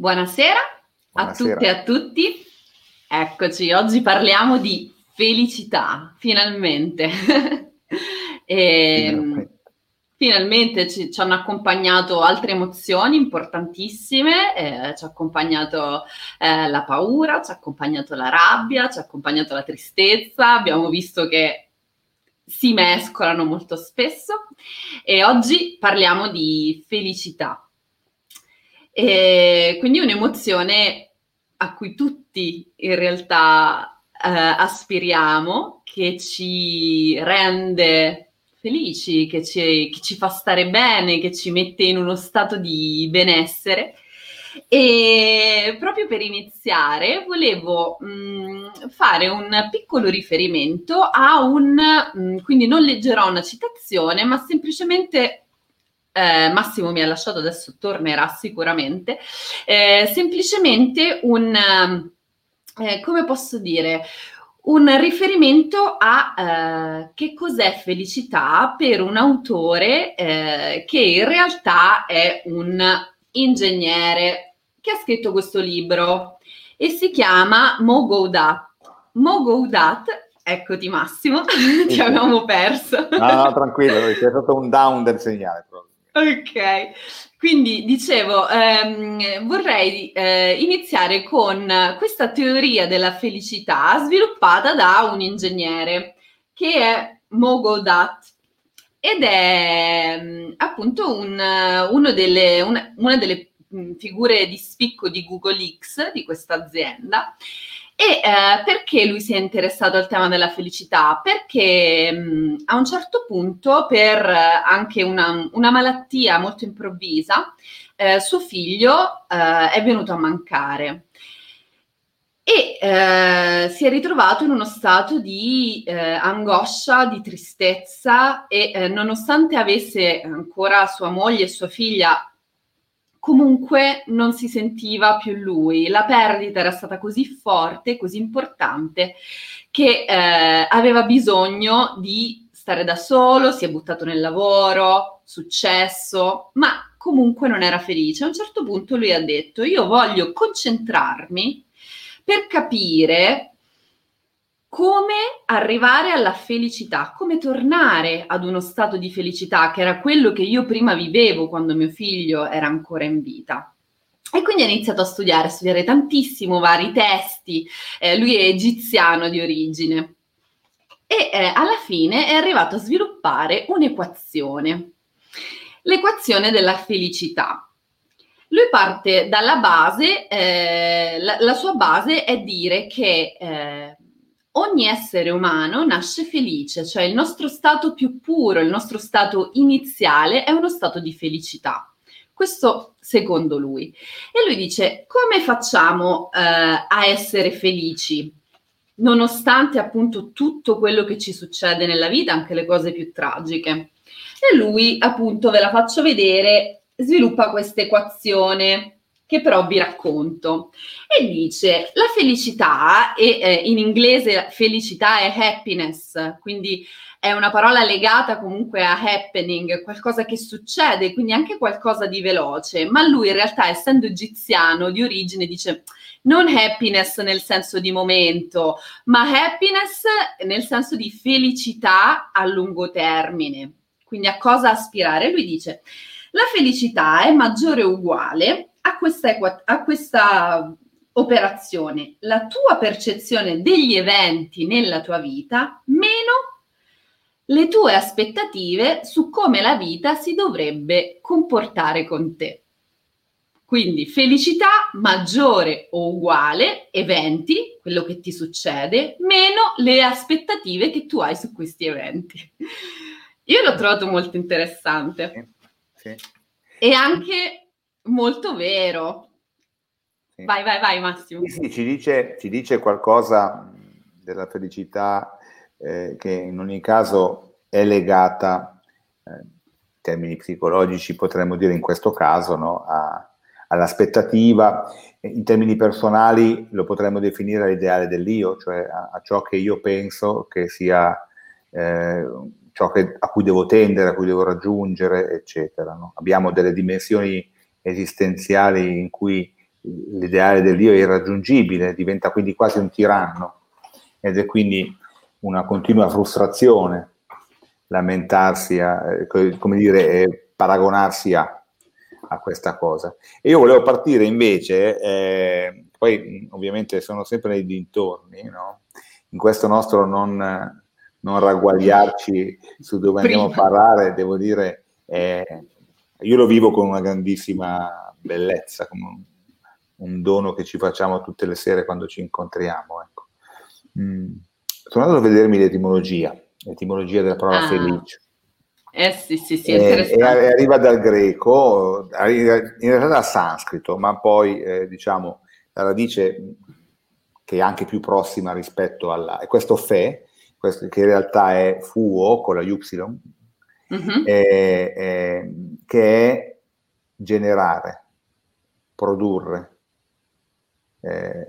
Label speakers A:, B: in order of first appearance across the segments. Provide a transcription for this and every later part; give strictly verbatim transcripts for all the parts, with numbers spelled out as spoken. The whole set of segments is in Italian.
A: Buonasera a tutte e
B: Buonasera.
A: a tutti. Eccoci, oggi parliamo di felicità, finalmente. E,
B: Finalmente.
A: finalmente ci, ci hanno accompagnato altre emozioni importantissime, eh, ci ha accompagnato eh, la paura, ci ha accompagnato la rabbia, ci ha accompagnato la tristezza, abbiamo visto che si mescolano molto spesso e oggi parliamo di felicità. E quindi un'emozione a cui tutti in realtà eh, aspiriamo, che ci rende felici, che ci, che ci fa stare bene, che ci mette in uno stato di benessere. E proprio per iniziare volevo mh, fare un piccolo riferimento a un, mh, quindi non leggerò una citazione, ma semplicemente eh, Massimo mi ha lasciato, adesso tornerà sicuramente, eh, semplicemente un, eh, come posso dire, un riferimento a eh, che cos'è felicità per un autore eh, che in realtà è un ingegnere che ha scritto questo libro e si chiama Mo Gaudat. Mo Gaudat, eccoti Massimo,
B: Sì,
A: ti
B: sì.
A: avevamo perso.
B: No, no, tranquillo, c'è stato un down del segnale probabilmente.
A: Ok, quindi dicevo, ehm, vorrei eh, iniziare con questa teoria della felicità sviluppata da un ingegnere che è Mo Gaudat ed è mh, appunto un, uno delle, una, una delle mh, figure di spicco di Google X, di questa azienda. E eh, perché lui si è interessato al tema della felicità? Perché mh, a un certo punto, per eh, anche una, una malattia molto improvvisa, eh, suo figlio eh, è venuto a mancare e eh, si è ritrovato in uno stato di eh, angoscia, di tristezza e eh, nonostante avesse ancora sua moglie e sua figlia, comunque non si sentiva più lui. La perdita era stata così forte, così importante, che eh, aveva bisogno di stare da solo, si è buttato nel lavoro, successo, ma comunque non era felice. A un certo punto lui ha detto: io voglio concentrarmi per capire come arrivare alla felicità, come tornare ad uno stato di felicità che era quello che io prima vivevo quando mio figlio era ancora in vita. E quindi ha iniziato a studiare, a studiare tantissimo vari testi, eh, lui è egiziano di origine e eh, alla fine è arrivato a sviluppare un'equazione, l'equazione della felicità. Lui parte dalla base, eh, la, la sua base è dire che eh, ogni essere umano nasce felice, cioè il nostro stato più puro, il nostro stato iniziale è uno stato di felicità. Questo secondo lui. E lui dice: come facciamo eh, a essere felici? Nonostante appunto tutto quello che ci succede nella vita, anche le cose più tragiche. E lui, appunto, ve la faccio vedere, sviluppa questa equazione che però vi racconto. E dice, la felicità, e eh, in inglese felicità è happiness, quindi è una parola legata comunque a happening, qualcosa che succede, quindi anche qualcosa di veloce, ma lui in realtà, essendo egiziano di origine, dice non happiness nel senso di momento, ma happiness nel senso di felicità a lungo termine. Quindi a cosa aspirare? Lui dice, la felicità è maggiore o uguale a questa, a questa operazione. La tua percezione degli eventi nella tua vita meno le tue aspettative su come la vita si dovrebbe comportare con te. Quindi felicità maggiore o uguale, eventi, quello che ti succede, meno le aspettative che tu hai su questi eventi. Io l'ho trovato molto interessante.
B: Sì, sì.
A: E anche molto vero.
B: Sì.
A: Vai, vai, vai Massimo.
B: Sì, sì, ci dice, ci dice qualcosa della felicità eh, che in ogni caso è legata, eh, in termini psicologici potremmo dire in questo caso, no, a, all'aspettativa. In termini personali lo potremmo definire l'ideale dell'io, cioè a, a ciò che io penso che sia eh, ciò che, a cui devo tendere, a cui devo raggiungere, eccetera. No? Abbiamo delle dimensioni esistenziali in cui l'ideale dell'io è irraggiungibile, diventa quindi quasi un tiranno, ed è quindi una continua frustrazione lamentarsi, a, come dire, eh, paragonarsi a, a questa cosa. E io volevo partire invece, eh, poi ovviamente sono sempre nei dintorni, no? In questo nostro non, non ragguagliarci su dove andiamo
A: Prima.
B: a parlare, devo dire, eh, io lo vivo con una grandissima bellezza, come un, un dono che ci facciamo tutte le sere quando ci incontriamo. Ecco. Mm. Sono andato a vedermi l'etimologia, l'etimologia della parola
A: Ah.
B: felice.
A: Eh sì, sì, sì,
B: E,
A: interessante.
B: e arriva dal greco, arriva in realtà dal sanscrito, ma poi eh, diciamo la radice che è anche più prossima rispetto alla... è questo fe, questo, che in realtà è fuo con la y, mm-hmm. è, è, che è generare, produrre. Eh,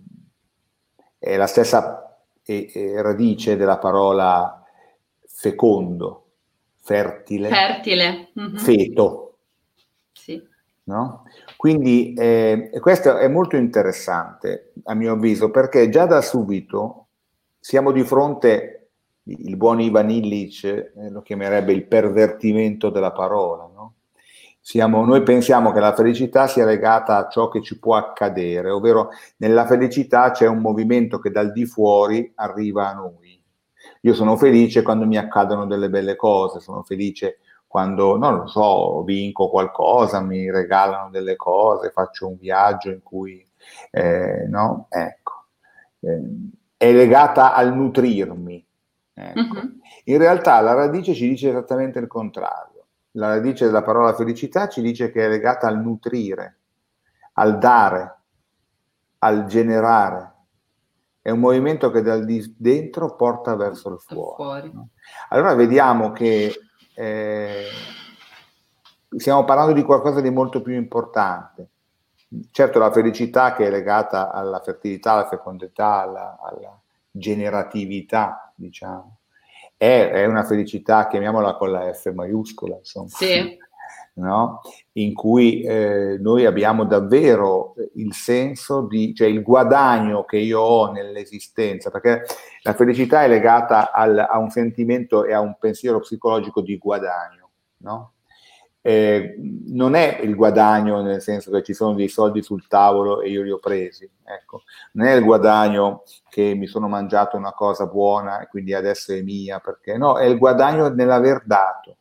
B: è la stessa è, è radice della parola fecondo, fertile,
A: fertile. Mm-hmm.
B: feto.
A: Sì.
B: No? Quindi eh, questo è molto interessante a mio avviso, perché già da subito siamo di fronte, il buon Ivan Illich eh, lo chiamerebbe il pervertimento della parola, no? Siamo, noi pensiamo che la felicità sia legata a ciò che ci può accadere, ovvero nella felicità c'è un movimento che dal di fuori arriva a noi. Io sono felice quando mi accadono delle belle cose, sono felice quando, non lo so, vinco qualcosa, mi regalano delle cose, faccio un viaggio in cui, eh, no? Ecco, eh, è legata al nutrirmi. Ecco. Mm-hmm. In realtà la radice ci dice esattamente il contrario. La radice della parola felicità ci dice che è legata al nutrire, al dare, al generare. È un movimento che dal di dentro porta verso il fuori. fuori. No? Allora vediamo che eh, stiamo parlando di qualcosa di molto più importante. Certo, la felicità che è legata alla fertilità, alla fecondità, alla, alla generatività, diciamo, è, è una felicità, chiamiamola con la F maiuscola, insomma.
A: Sì.
B: No? In cui eh, noi abbiamo davvero il senso di, cioè il guadagno che io ho nell'esistenza, perché la felicità è legata al, a un sentimento e a un pensiero psicologico di guadagno, no? Eh, non è il guadagno nel senso che ci sono dei soldi sul tavolo e io li ho presi, ecco. Non è il guadagno che mi sono mangiato una cosa buona e quindi adesso è mia, perché no, è il guadagno nell'aver dato.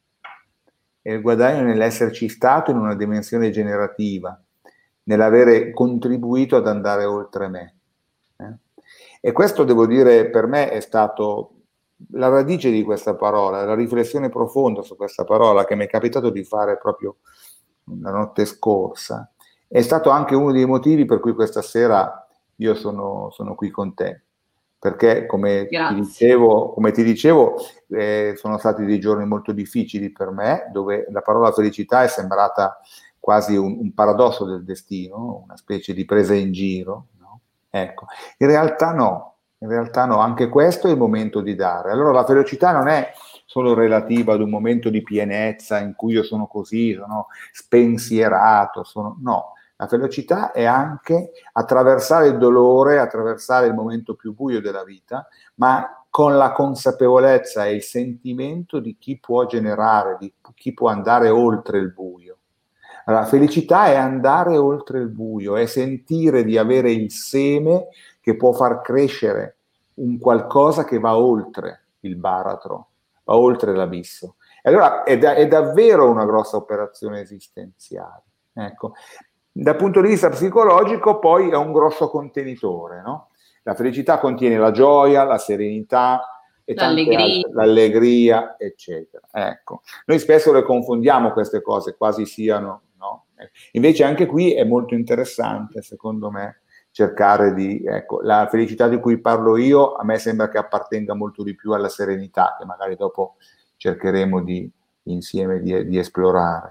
B: È il guadagno nell'esserci stato in una dimensione generativa, nell'avere contribuito ad andare oltre me. Eh? E questo, devo dire, per me è stato la radice di questa parola, la riflessione profonda su questa parola che mi è capitato di fare proprio la notte scorsa. È stato anche uno dei motivi per cui questa sera io sono, sono qui con te. Perché come ti dicevo, come ti dicevo eh, sono stati dei giorni molto difficili per me, dove la parola felicità è sembrata quasi un, un paradosso del destino, una specie di presa in giro, no? Ecco, in realtà no, in realtà no, anche questo è il momento di dare. Allora la felicità non è solo relativa ad un momento di pienezza in cui io sono così, sono spensierato, sono, no. La felicità è anche attraversare il dolore, attraversare il momento più buio della vita, ma con la consapevolezza e il sentimento di chi può generare, di chi può andare oltre il buio. Allora, la felicità è andare oltre il buio, è sentire di avere il seme che può far crescere un qualcosa che va oltre il baratro, va oltre l'abisso. E allora è, da, è davvero una grossa operazione esistenziale. Ecco. Dal punto di vista psicologico poi è un grosso contenitore, no? La felicità contiene la gioia, la serenità, e
A: l'allegria.
B: Altre, l'allegria, eccetera. Ecco. Noi spesso le confondiamo queste cose, quasi siano, no? Invece anche qui è molto interessante, secondo me, cercare di, ecco, la felicità di cui parlo io, a me sembra che appartenga molto di più alla serenità, che magari dopo cercheremo di, insieme di, di esplorare.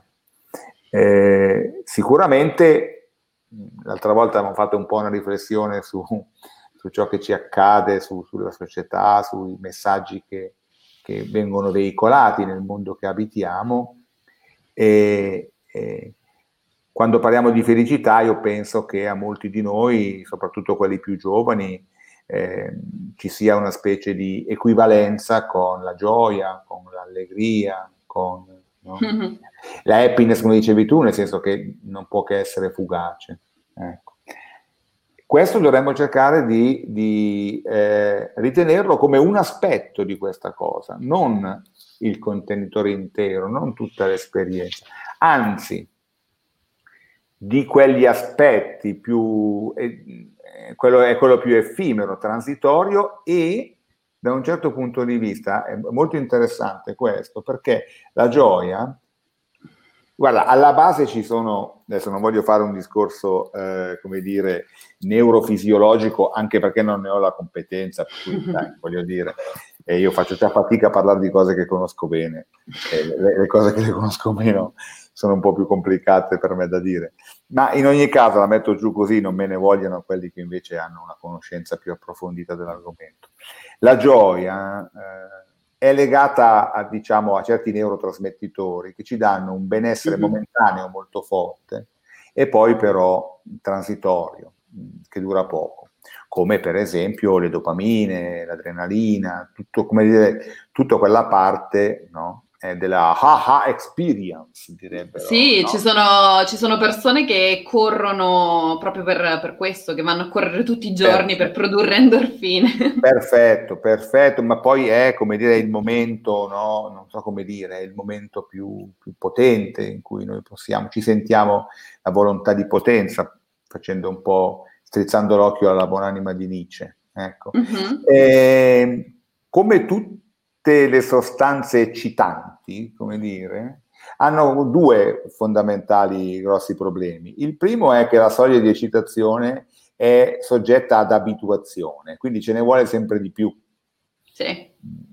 B: Eh, sicuramente l'altra volta abbiamo fatto un po' una riflessione su, su ciò che ci accade, su, sulla società, sui messaggi che, che vengono veicolati nel mondo che abitiamo e, e quando parliamo di felicità io penso che a molti di noi, soprattutto quelli più giovani, eh, ci sia una specie di equivalenza con la gioia, con l'allegria, con, no? La happiness, come dicevi tu, nel senso che non può che essere fugace. Ecco. Questo dovremmo cercare di, di eh, ritenerlo come un aspetto di questa cosa, non il contenitore intero, non tutta l'esperienza. Anzi, di quegli aspetti più, eh, quello è quello più effimero, transitorio, e da un certo punto di vista è molto interessante questo, perché la gioia, guarda, alla base ci sono, adesso non voglio fare un discorso, eh, come dire, neurofisiologico, anche perché non ne ho la competenza, per cui, dai, voglio dire, eh, io faccio già fatica a parlare di cose che conosco bene, eh, le, le cose che le conosco meno sono un po' più complicate per me da dire, ma in ogni caso la metto giù così, non me ne vogliono quelli che invece hanno una conoscenza più approfondita dell'argomento. La gioia eh, è legata a, diciamo, a certi neurotrasmettitori che ci danno un benessere mm-hmm. momentaneo molto forte e poi però transitorio, che dura poco, come per esempio le dopamine, l'adrenalina, tutto, come dire, tutta quella parte, no? Della aha experience, direbbero.
A: Sì,
B: no?
A: ci sono, ci sono persone che corrono proprio per, per questo, che vanno a correre tutti i giorni perfetto. Per produrre endorfine.
B: Perfetto, perfetto, ma poi è, come dire, il momento, no? Non so come dire, è il momento più, più potente in cui noi possiamo, ci sentiamo la volontà di potenza, facendo un po', strizzando l'occhio alla buonanima di Nietzsche. Ecco. Mm-hmm. E, come tutte le sostanze eccitanti, come dire, hanno due fondamentali grossi problemi. Il primo è che la soglia di eccitazione è soggetta ad abituazione, quindi ce ne vuole sempre di più.
A: Sì.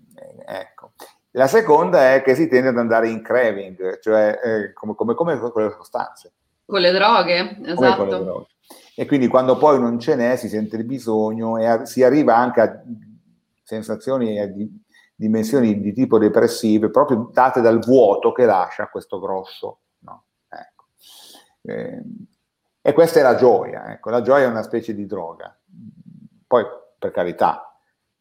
B: Ecco. La seconda è che si tende ad andare in craving, cioè eh, come, come, come con le sostanze.
A: Con le droghe, esatto.
B: Come con le droghe. E quindi quando poi non ce n'è si sente il bisogno e a, si arriva anche a sensazioni e a di, dimensioni di tipo depressive proprio date dal vuoto che lascia questo grosso. No? Ecco. Eh, e questa è la gioia, ecco. La gioia è una specie di droga. Poi, per carità,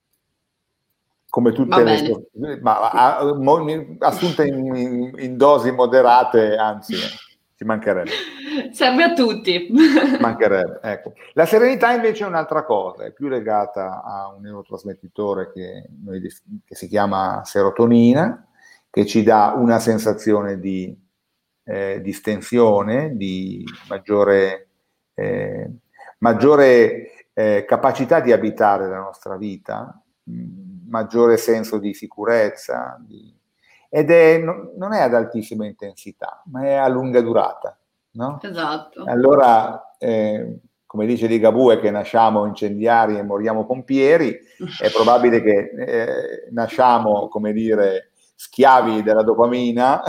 B: come tutte le so- ma, a, mo, assunte in, in, in dosi moderate, anzi, eh, ci mancherebbe.
A: Serve a tutti.
B: Mancherebbe, ecco. La serenità invece è un'altra cosa, è più legata a un neurotrasmettitore che, noi, che si chiama serotonina, che ci dà una sensazione di eh, distensione, di maggiore, eh, maggiore eh, capacità di abitare la nostra vita, mh, maggiore senso di sicurezza, di, ed è, no, non è ad altissima intensità, ma è a lunga durata. No?
A: Esatto.
B: Allora, eh, come dice Ligabue, che nasciamo incendiari e moriamo pompieri, è probabile che eh, nasciamo, come dire, schiavi della dopamina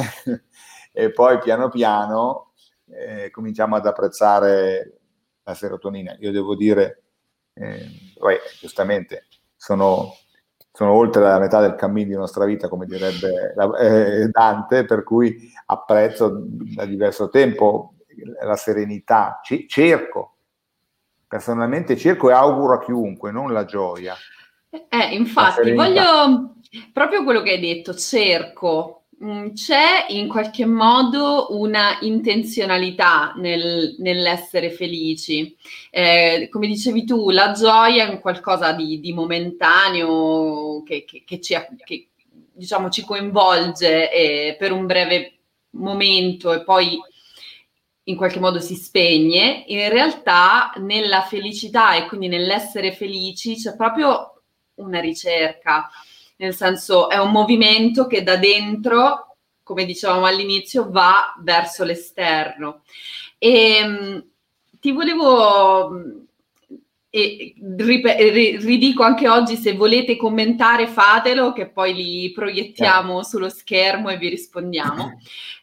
B: e poi piano piano eh, cominciamo ad apprezzare la serotonina. Io devo dire, eh, beh, giustamente, sono, sono oltre la metà del cammino di nostra vita, come direbbe la, eh, Dante, per cui apprezzo da diverso tempo la serenità, C- cerco, personalmente cerco e auguro a chiunque, non la gioia.
A: Eh, infatti, voglio proprio quello che hai detto, cerco. C'è in qualche modo una intenzionalità nel, nell'essere felici. Eh, come dicevi tu, la gioia è un qualcosa di, di momentaneo che, che, che, ci, che diciamo, ci coinvolge eh, per un breve momento e poi in qualche modo si spegne. In realtà nella felicità e quindi nell'essere felici c'è proprio una ricerca, nel senso è un movimento che da dentro, come dicevamo all'inizio, va verso l'esterno. E mh, ti volevo, mh, e rip- ridico anche oggi, se volete commentare fatelo, che poi li proiettiamo yeah. sullo schermo e vi rispondiamo.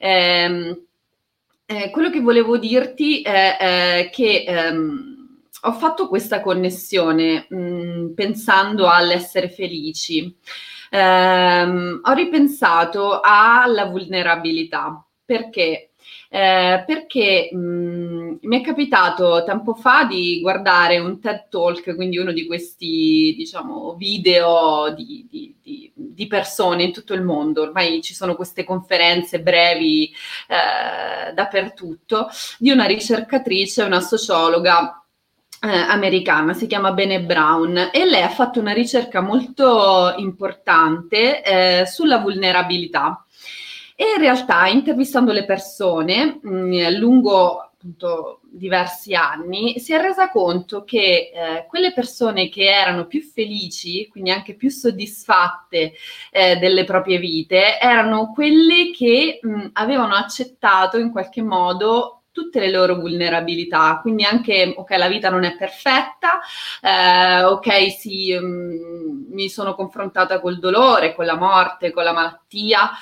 A: Eh, eh, quello che volevo dirti è eh, che ehm, ho fatto questa connessione mh, pensando all'essere felici. Um, ho ripensato alla vulnerabilità, perché eh, perché mh, mi è capitato tempo fa di guardare un TED Talk, quindi uno di questi, diciamo, video di, di, di, di persone in tutto il mondo. Ormai ci sono queste conferenze brevi eh, dappertutto, di una ricercatrice, una sociologa Eh, americana, si chiama Brené Brown, e lei ha fatto una ricerca molto importante eh, sulla vulnerabilità. E in realtà, intervistando le persone mh, lungo appunto diversi anni, si è resa conto che eh, quelle persone che erano più felici, quindi anche più soddisfatte eh, delle proprie vite, erano quelle che mh, avevano accettato in qualche modo tutte le loro vulnerabilità, quindi anche, ok, la vita non è perfetta, eh, ok, sì, um, mi sono confrontata col dolore, con la morte, con la malattia,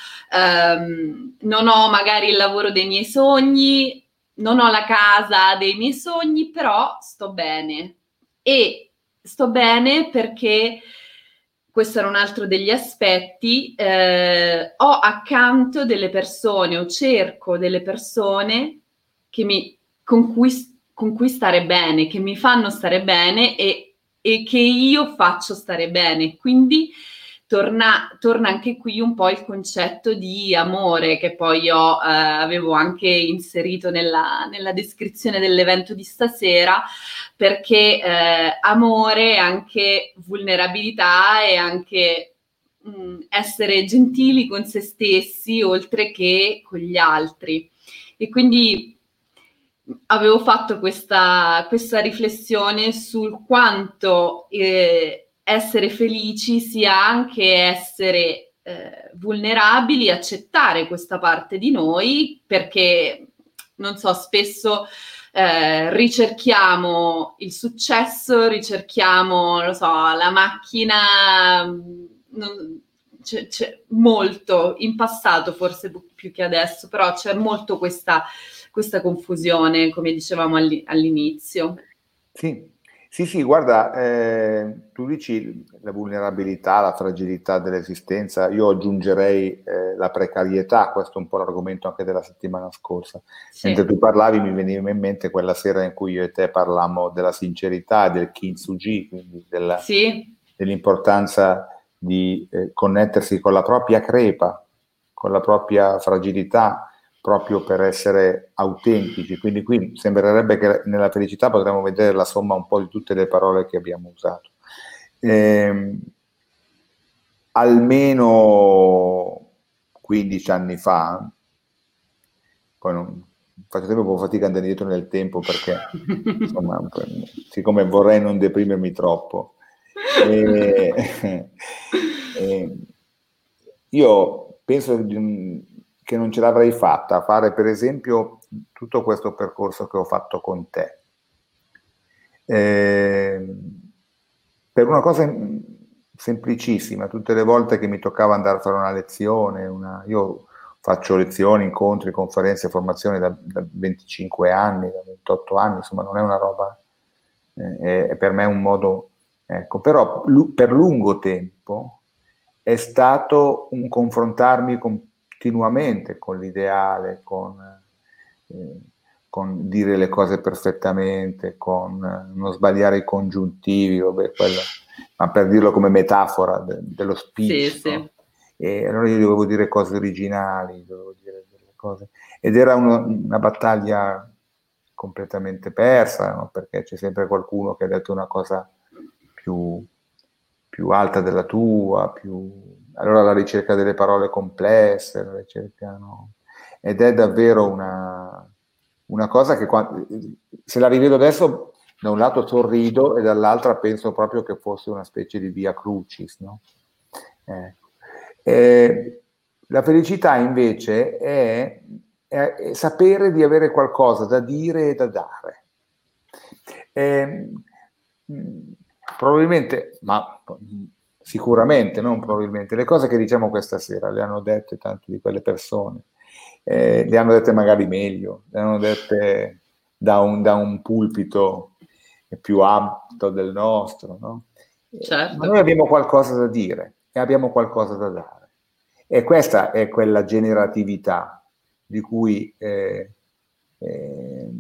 A: um, non ho magari il lavoro dei miei sogni, non ho la casa dei miei sogni, però sto bene. E sto bene perché questo era un altro degli aspetti, eh, ho accanto delle persone o cerco delle persone che mi, con, cui, con cui stare bene, che mi fanno stare bene e, e che io faccio stare bene. Quindi torna, torna anche qui un po' il concetto di amore che poi io eh, avevo anche inserito nella, nella descrizione dell'evento di stasera, perché eh, amore è anche vulnerabilità e anche mh, essere gentili con se stessi oltre che con gli altri. E quindi avevo fatto questa, questa riflessione sul quanto eh, essere felici sia anche essere eh, vulnerabili, accettare questa parte di noi, perché, non so, spesso eh, ricerchiamo il successo, ricerchiamo, lo so, la macchina, non, c'è, c'è molto, in passato forse più che adesso, però c'è molto questa questa confusione, come dicevamo all'inizio.
B: Sì, sì, sì, guarda, eh, tu dici la vulnerabilità, la fragilità dell'esistenza, io aggiungerei eh, la precarietà, questo è un po' l'argomento anche della settimana scorsa.
A: Sì.
B: Mentre tu parlavi mi veniva in mente quella sera in cui io e te parlammo della sincerità, del kintsugi, quindi della,
A: sì.
B: dell'importanza di eh, connettersi con la propria crepa, con la propria fragilità, proprio per essere autentici. Quindi qui sembrerebbe che nella felicità potremmo vedere la somma un po' di tutte le parole che abbiamo usato. Eh, almeno quindici anni fa, poi non faccio sempre un po' fatica ad andare indietro nel tempo perché insomma, siccome vorrei non deprimermi troppo, eh, eh, io penso di che non ce l'avrei fatta a fare, per esempio, tutto questo percorso che ho fatto con te. Eh, per una cosa semplicissima, tutte le volte che mi toccava andare a fare una lezione, una, io faccio lezioni, incontri, conferenze, formazioni da, da venticinque anni, da ventotto anni, insomma non è una roba, eh, è per me un modo, ecco, però lu- per lungo tempo è stato un confrontarmi con continuamente con l'ideale, con, eh, con dire le cose perfettamente, con eh, non sbagliare i congiuntivi, vabbè, quello, ma per dirlo come metafora de, dello speech.
A: Sì,
B: no?
A: sì.
B: E allora io dovevo dire cose originali, dovevo dire delle cose, ed era uno, una battaglia completamente persa, no? Perché c'è sempre qualcuno che ha detto una cosa più, più alta della tua, più... allora la ricerca delle parole complesse, la ricerca, no? Ed è davvero una, una cosa che quando, se la rivedo adesso da un lato sorrido e dall'altra penso proprio che fosse una specie di via crucis, no? Eh. Eh, la felicità invece è, è, è sapere di avere qualcosa da dire e da dare. Eh, probabilmente, ma sicuramente, non probabilmente, le cose che diciamo questa sera le hanno dette tante di quelle persone, eh, le hanno dette magari meglio, le hanno dette da un, da un pulpito più alto del nostro, no?
A: Certo.
B: Ma noi abbiamo qualcosa da dire e abbiamo qualcosa da dare. E questa è quella generatività di cui eh, eh,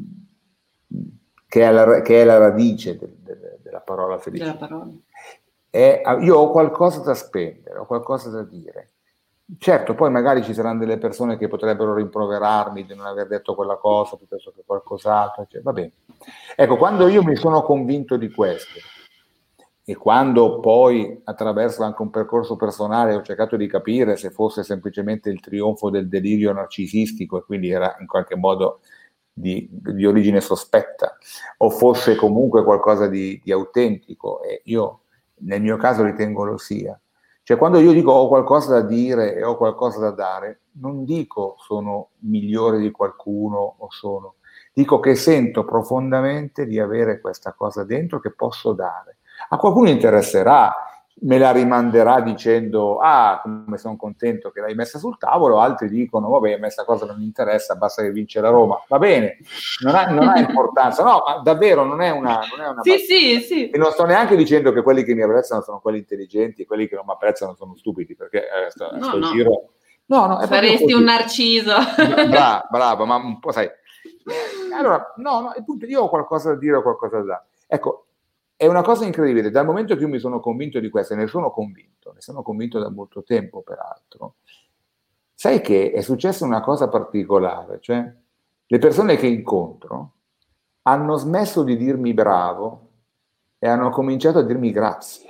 B: che, è la, che è la radice del, del, della parola felicità.
A: Della parola.
B: È, io ho qualcosa da spendere, ho qualcosa da dire. Certo, poi magari ci saranno delle persone che potrebbero rimproverarmi di non aver detto quella cosa piuttosto che qualcos'altro, cioè, va bene. Ecco, quando io mi sono convinto di questo e quando poi attraverso anche un percorso personale ho cercato di capire se fosse semplicemente il trionfo del delirio narcisistico e quindi era in qualche modo di, di origine sospetta o fosse comunque qualcosa di, di autentico, e io nel mio caso ritengo lo sia. Cioè, quando io dico ho qualcosa da dire e ho qualcosa da dare, non dico sono migliore di qualcuno o sono, dico che sento profondamente di avere questa cosa dentro che posso dare. A qualcuno interesserà, me la rimanderà dicendo ah, come sono contento che l'hai messa sul tavolo, altri dicono vabbè, a me questa cosa non mi interessa, basta che vince la Roma. Va bene, non ha, non ha importanza, no, ma davvero non è una, non è una
A: sì, sì, sì.
B: E non sto neanche dicendo che quelli che mi apprezzano sono quelli intelligenti e quelli che non mi apprezzano sono stupidi, perché eh, sto,
A: no,
B: sto
A: no.
B: giro... No, no, è
A: faresti un narciso.
B: Bravo, bravo, ma un po' sai... Allora, no, no, appunto, io ho qualcosa da dire, ho qualcosa da dare. Ecco, è una cosa incredibile, dal momento che io mi sono convinto di questo, e ne sono convinto, ne sono convinto da molto tempo peraltro, sai che è successa una cosa particolare, cioè le persone che incontro hanno smesso di dirmi bravo e hanno cominciato a dirmi grazie.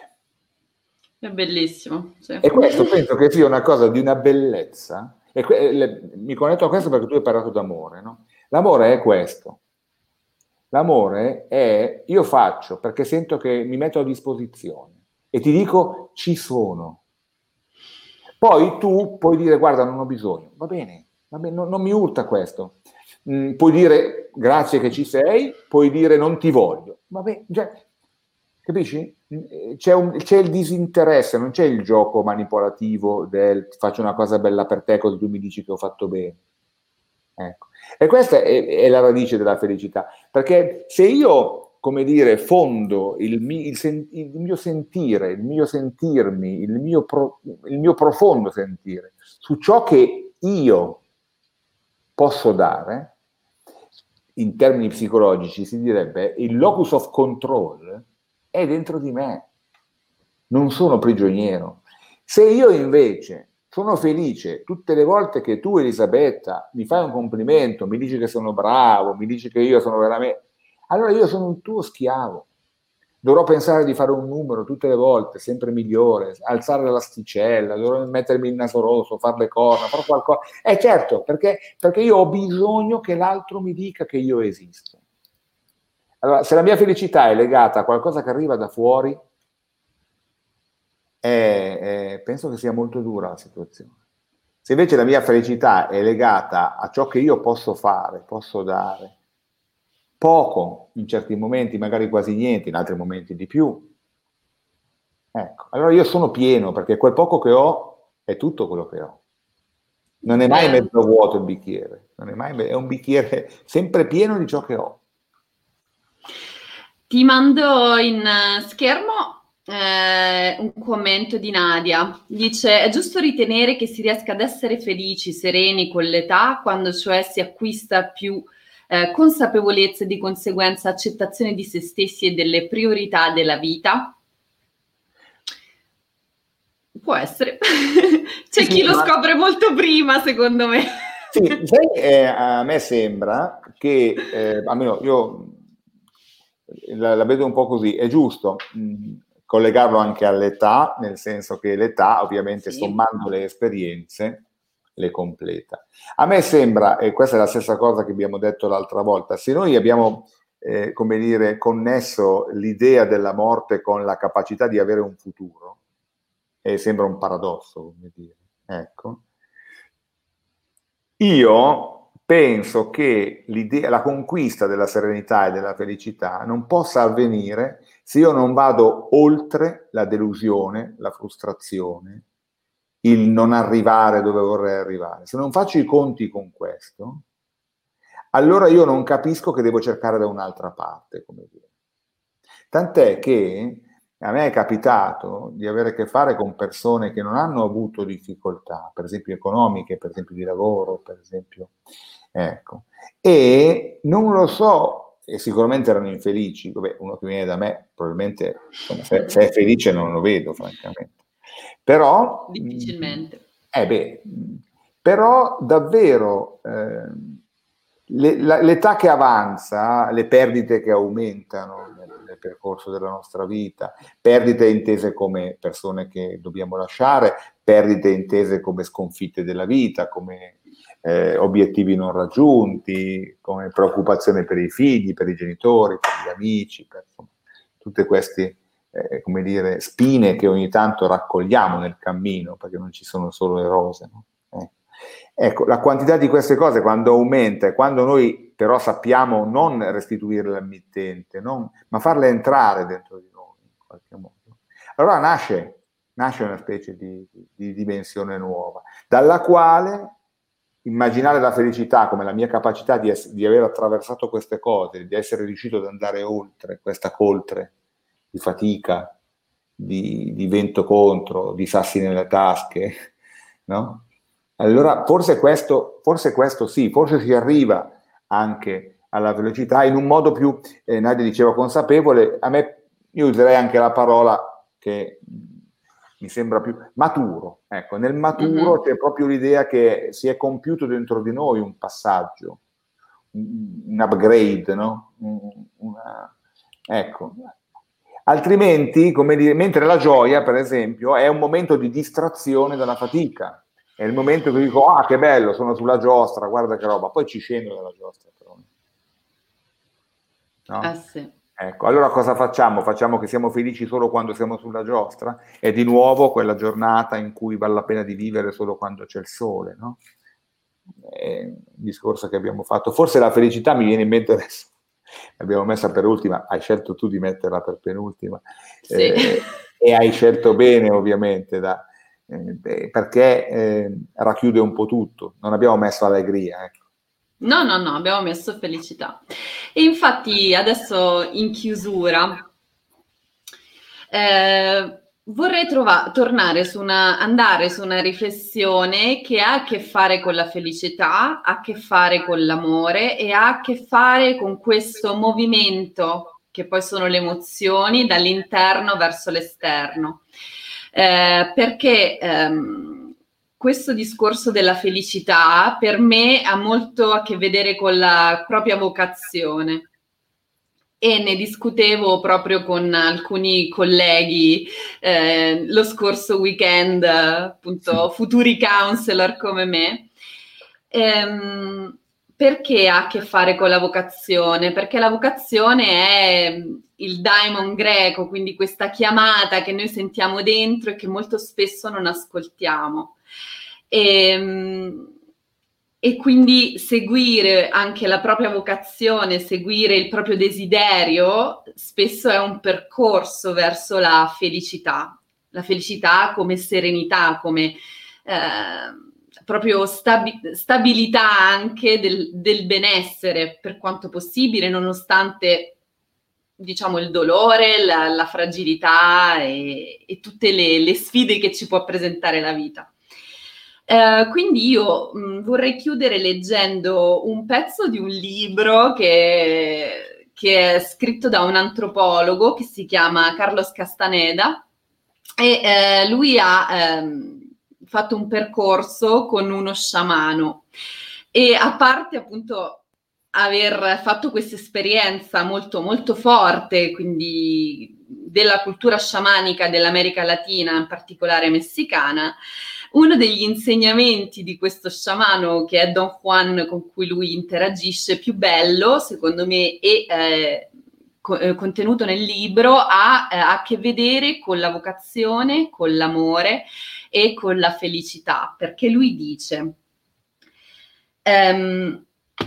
A: È bellissimo. Sì.
B: E questo penso che sia una cosa di una bellezza, e que- le, mi connetto a questo perché tu hai parlato d'amore, no? L'amore è questo. L'amore è io faccio perché sento che mi metto a disposizione e ti dico ci sono. Poi tu puoi dire guarda non ho bisogno, va bene, va bene, non, non mi urta questo. Mm, puoi dire grazie che ci sei, puoi dire non ti voglio, va bene, cioè, capisci? C'è, un, c'è il disinteresse, non c'è il gioco manipolativo del faccio una cosa bella per te così tu mi dici che ho fatto bene. Ecco. E questa è, è la radice della felicità, perché se io, come dire, fondo il, mi, il, sen, il mio sentire, il mio sentirmi, il mio, pro, il mio profondo sentire su ciò che io posso dare, in termini psicologici si direbbe il locus of control è dentro di me, non sono prigioniero. Se io invece sono felice tutte le volte che tu, Elisabetta, mi fai un complimento, mi dici che sono bravo, mi dici che io sono veramente... Allora io sono un tuo schiavo. Dovrò pensare di fare un numero tutte le volte, sempre migliore, alzare l'asticella, dovrò mettermi il naso rosso, fare le corna, fare qualcosa. Eh certo, perché, perché io ho bisogno che l'altro mi dica che io esisto. Allora, se la mia felicità è legata a qualcosa che arriva da fuori, Eh, eh, penso che sia molto dura la situazione. Se invece la mia felicità è legata a ciò che io posso fare, posso dare, poco in certi momenti, magari quasi niente, in altri momenti di più, ecco, allora io sono pieno perché quel poco che ho è tutto quello che ho. Non è mai mezzo vuoto il bicchiere, non è mai, è un bicchiere sempre pieno di ciò che ho.
A: Ti mando in schermo Eh, un commento di Nadia, dice è giusto ritenere che si riesca ad essere felici, sereni con l'età, quando cioè si acquista più eh, consapevolezza e di conseguenza accettazione di se stessi e delle priorità della vita? Può essere. C'è sì, chi lo ma... scopre molto prima, secondo me.
B: Sì, sai, eh, a me sembra che, eh, almeno io la, la vedo un po' così, è giusto mh, collegarlo anche all'età, nel senso che l'età ovviamente sì, sommando le esperienze le completa. A me sembra, e questa è la stessa cosa che abbiamo detto l'altra volta, se noi abbiamo eh, come dire, connesso l'idea della morte con la capacità di avere un futuro, e sembra un paradosso, come dire, ecco, io penso che l'idea, la conquista della serenità e della felicità non possa avvenire se io non vado oltre la delusione, la frustrazione, il non arrivare dove vorrei arrivare. Se non faccio i conti con questo, allora io non capisco che devo cercare da un'altra parte, come dire. Tant'è che A me è capitato di avere a che fare con persone che non hanno avuto difficoltà, per esempio economiche, per esempio di lavoro, per esempio, ecco. E non lo so, e sicuramente erano infelici. Vabbè, uno che viene da me, probabilmente, insomma, se, se è felice non lo vedo, francamente. Però,
A: difficilmente.
B: Eh beh, però davvero eh, le, la, l'età che avanza, le perdite che aumentano nel, nel percorso della nostra vita, perdite intese come persone che dobbiamo lasciare, perdite intese come sconfitte della vita, come eh, obiettivi non raggiunti, come preoccupazione per i figli, per i genitori, per gli amici, per insomma, tutte queste eh, come dire, spine che ogni tanto raccogliamo nel cammino, perché non ci sono solo le rose, no? Eh. Ecco, la quantità di queste cose quando aumenta e quando noi però sappiamo non restituirle al mittente, non, ma farle entrare dentro di noi in qualche modo, allora nasce, nasce una specie di, di, di dimensione nuova, dalla quale immaginare la felicità come la mia capacità di, ess- di aver attraversato queste cose, di essere riuscito ad andare oltre questa coltre di fatica, di, di vento contro, di sassi nelle tasche, no? Allora forse questo, forse questo sì, forse si arriva anche alla velocità in un modo più, eh, Nadia diceva, consapevole. A me, io userei anche la parola che mi sembra più maturo. Ecco, nel maturo mm-hmm. c'è proprio l'idea che si è compiuto dentro di noi un passaggio, un, un upgrade, no? Una, ecco. Altrimenti, come dire, mentre la gioia, per esempio, è un momento di distrazione dalla fatica. È il momento che dico, ah, che bello, sono sulla giostra, guarda che roba. Poi ci scendo dalla giostra, però. No?
A: Ah, sì.
B: Ecco, allora cosa facciamo? Facciamo che siamo felici solo quando siamo sulla giostra? È di nuovo quella giornata in cui vale la pena di vivere solo quando c'è il sole, no? È un discorso che abbiamo fatto. Forse la felicità mi viene in mente adesso. L'abbiamo messa per ultima, hai scelto tu di metterla per penultima.
A: Sì.
B: Eh, e hai scelto bene, ovviamente, da, eh, perché eh, racchiude un po' tutto. Non abbiamo messo allegria, ecco.
A: No, no, no, abbiamo messo felicità. E infatti adesso in chiusura eh, vorrei trova- tornare su una, andare su una riflessione che ha a che fare con la felicità, ha a che fare con l'amore e ha a che fare con questo movimento che poi sono le emozioni dall'interno verso l'esterno. Eh, perché ehm, questo discorso della felicità per me ha molto a che vedere con la propria vocazione. E ne discutevo proprio con alcuni colleghi eh, lo scorso weekend, appunto, futuri counselor come me. Ehm, perché ha a che fare con la vocazione? Perché la vocazione è il daimon greco, quindi questa chiamata che noi sentiamo dentro e che molto spesso non ascoltiamo. E, e quindi seguire anche la propria vocazione, seguire il proprio desiderio, spesso è un percorso verso la felicità, la felicità come serenità, come eh, proprio stabi- stabilità anche del, del benessere per quanto possibile, nonostante diciamo il dolore, la, la fragilità e, e tutte le, le sfide che ci può presentare la vita. Uh, quindi io mh, vorrei chiudere leggendo un pezzo di un libro che, che è scritto da un antropologo che si chiama Carlos Castaneda e eh, lui ha ehm, fatto un percorso con uno sciamano e a parte appunto aver fatto questa esperienza molto molto forte, quindi della cultura sciamanica dell'America Latina, in particolare messicana, uno degli insegnamenti di questo sciamano, che è Don Juan, con cui lui interagisce, più bello, secondo me, e eh, co- eh, contenuto nel libro, ha eh, a che vedere con la vocazione, con l'amore e con la felicità, perché lui dice ehm,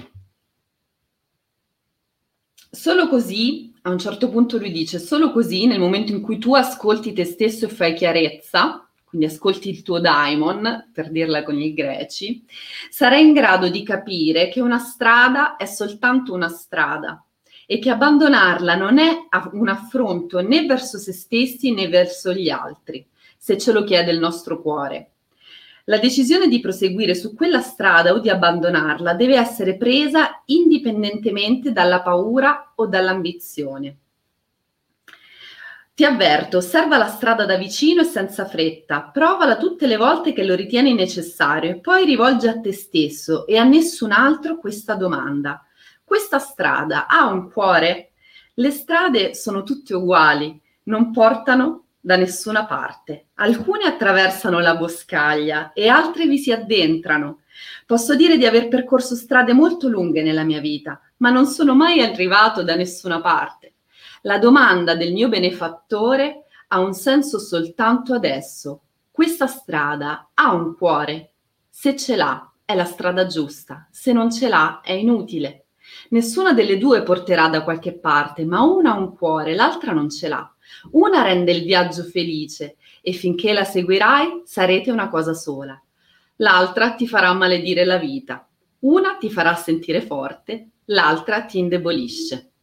A: solo così, a un certo punto lui dice, solo così, nel momento in cui tu ascolti te stesso e fai chiarezza, quindi ascolti il tuo daimon, per dirla con i greci, sarai in grado di capire che una strada è soltanto una strada e che abbandonarla non è un affronto né verso se stessi né verso gli altri, se ce lo chiede il nostro cuore. La decisione di proseguire su quella strada o di abbandonarla deve essere presa indipendentemente dalla paura o dall'ambizione. Ti avverto, osserva la strada da vicino e senza fretta, provala tutte le volte che lo ritieni necessario e poi rivolgi a te stesso e a nessun altro questa domanda. Questa strada ha un cuore? Le strade sono tutte uguali, non portano da nessuna parte. Alcune attraversano la boscaglia e altre vi si addentrano. Posso dire di aver percorso strade molto lunghe nella mia vita, ma non sono mai arrivato da nessuna parte. La domanda del mio benefattore ha un senso soltanto adesso. Questa strada ha un cuore? Se ce l'ha, è la strada giusta. Se non ce l'ha, è inutile. Nessuna delle due porterà da qualche parte, ma una ha un cuore, l'altra non ce l'ha. Una rende il viaggio felice e finché la seguirai sarete una cosa sola. L'altra ti farà maledire la vita. Una ti farà sentire forte, l'altra ti indebolisce.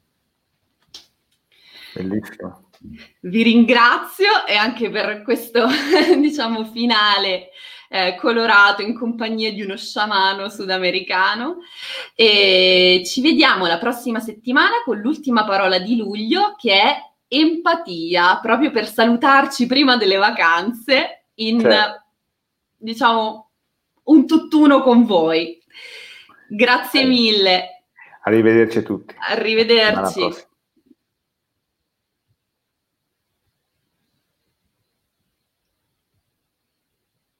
B: Bellissimo.
A: Vi ringrazio e anche per questo, diciamo, finale eh, colorato in compagnia di uno sciamano sudamericano. E ci vediamo la prossima settimana con l'ultima parola di luglio, che è empatia, proprio per salutarci prima delle vacanze in, certo, diciamo, un tutt'uno con voi. Grazie mille.
B: Arrivederci a tutti.
A: Arrivederci.